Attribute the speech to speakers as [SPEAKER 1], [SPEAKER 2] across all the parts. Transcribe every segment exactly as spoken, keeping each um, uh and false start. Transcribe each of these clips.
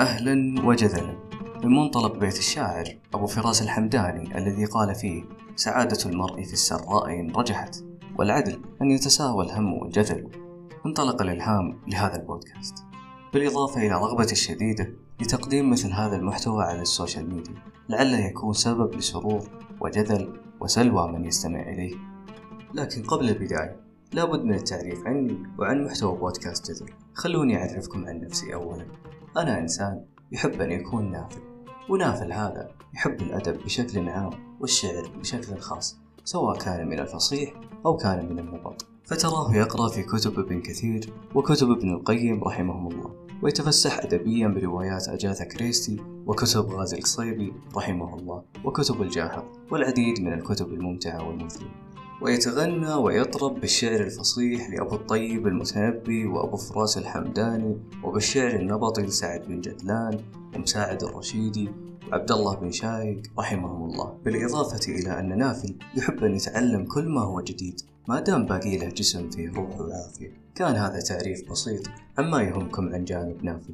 [SPEAKER 1] أهلا وجذلا من منطلق بيت الشاعر أبو فراس الحمداني الذي قال فيه: سعادة المرء في السراء إن رجحت، والعدل أن يتساوى الهم والجدل. انطلق الإلهام لهذا البودكاست، بالإضافة إلى رغبتي الشديدة لتقديم مثل هذا المحتوى على السوشيال ميديا، لعله يكون سبب لسرور وجدل وسلوى من يستمع إليه. لكن قبل البداية لابد من التعريف عني وعن محتوى بودكاست جذل. خلوني أعرفكم عن نفسي أولا. أنا إنسان يحب أن يكون نافل، ونافل هذا يحب الأدب بشكل عام والشعر بشكل خاص، سواء كان من الفصيح أو كان من النبط. فتراه يقرأ في كتب ابن كثير وكتب ابن القيم رحمهم الله، ويتفسح أدبيا بروايات أجاثا كريستي وكتب غازي القصيبي رحمه الله وكتب الجاحظ والعديد من الكتب الممتعة والمثيرة، ويتغنى ويطرب بالشعر الفصيح لأبو الطيب المتنبي وأبو فراس الحمداني، وبالشعر النبطي لسعد بن جدلان ومساعد الرشيدي وعبد الله بن شايق رحمهم الله. بالإضافة إلى أن نافل يحب أن يتعلم كل ما هو جديد ما دام باقي له جسم فيه روح وعافية. كان هذا تعريف بسيط عما يهمكم عن جانب نافل.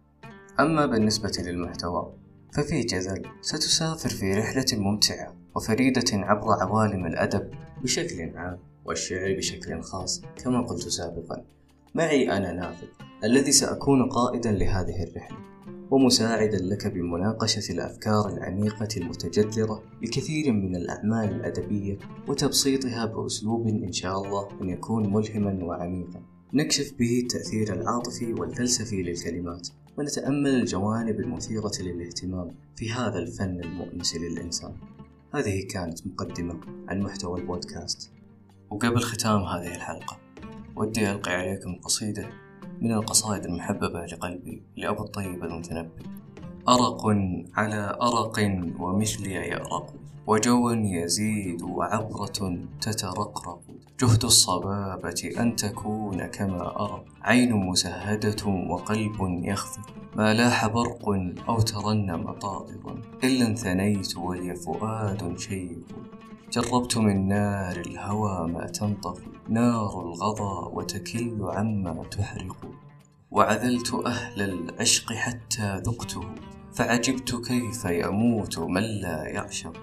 [SPEAKER 1] أما بالنسبة للمحتوى ففي جذل ستسافر في رحلة ممتعة وفريدة عبر عوالم الأدب بشكل عام والشعر بشكل خاص كما قلت سابقا. معي أنا نافل الذي سأكون قائدا لهذه الرحلة ومساعدا لك بمناقشة الأفكار العميقة المتجذرة لكثير من الأعمال الأدبية وتبسيطها بأسلوب إن شاء الله أن يكون ملهما وعميقا، نكشف به التأثير العاطفي والفلسفي للكلمات، ونتأمل الجوانب المثيرة للاهتمام في هذا الفن المؤنس للإنسان. هذه كانت مقدمة عن محتوى البودكاست. وقبل ختام هذه الحلقة ودي ألقي عليكم قصيدة من القصائد المحببة لقلبي لأبو الطيب المتنبي: أرق على أرق ومثلي يأرق، وجو يزيد وعبرة تترقرق، جهد الصبابة أن تكون كما أرى، عين مسهدة وقلب يخفق، ما لاح برق أو ترنم طائر، إلا انثنيت ولي فؤاد شيق، جربت من نار الهوى ما تنطفي، نار الغضا وتكل عما تحرق، وعذلت أهل العشق حتى ذقته، فعجبت كيف يموت من لا يعشق،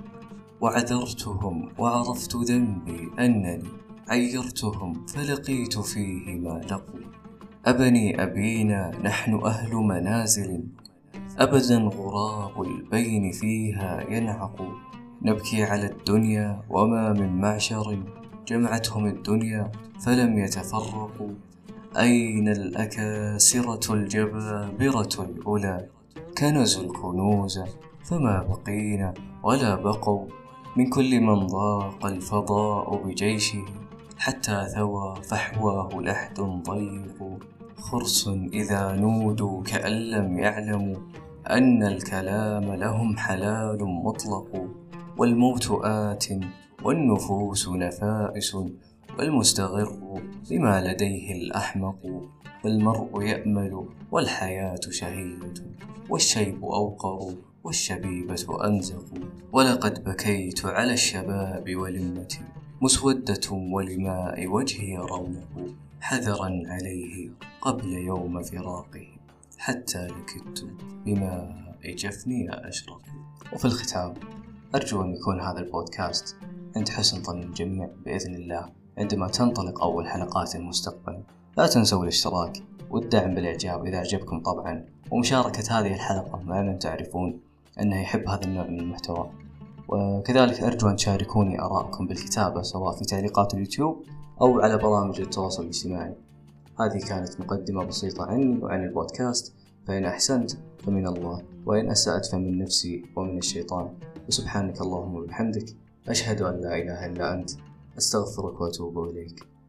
[SPEAKER 1] وعذرتهم وعرفت ذنبي أنني عيرتهم فلقيت فيه ما لقوا، أبني أبينا نحن أهل منازل، أبدا غراب البين فيها ينعق، نبكي على الدنيا وما من معشر، جمعتهم الدنيا فلم يتفرقوا، أين الأكاسرة الجبابرة الأولى، كنزوا الكنوز فما بقينا ولا بقوا، من كل من ضاق الفضاء بجيشه، حتى ثوى فحواه لحد ضيق، خرس إذا نودوا كأن لم يعلموا أن الكلام لهم حلال مطلق، والموت آت والنفوس نفائس، والمستغر بما لديه الأحمق، والمرء يأمل والحياة شهية، والشيب أوقر والشبيبة أنزق، ولقد بكيت على الشباب ولمتي، مسودة ولماء وجهي رونق، حذرا عليه قبل يوم فراقه، حتى لكدت بماء جفني أشرق. وفي الختام أرجو أن يكون هذا البودكاست عند حسن ظن الجميع بإذن الله عندما تنطلق أول حلقات المستقبل. لا تنسوا الاشتراك والدعم بالإعجاب إذا أعجبكم طبعا، ومشاركة هذه الحلقة مع من تعرفون أنه يحب هذا النوع من المحتوى. وكذلك أرجو أن تشاركوني آراءكم بالكتابة سواء في تعليقات اليوتيوب أو على برامج التواصل الاجتماعي. هذه كانت مقدمة بسيطة عني وعن البودكاست، فإن أحسنت فمن الله، وإن أسأت فمن نفسي ومن الشيطان. وسبحانك اللهم وبحمدك، أشهد أن لا إله إلا أنت، أستغفرك وأتوب إليك.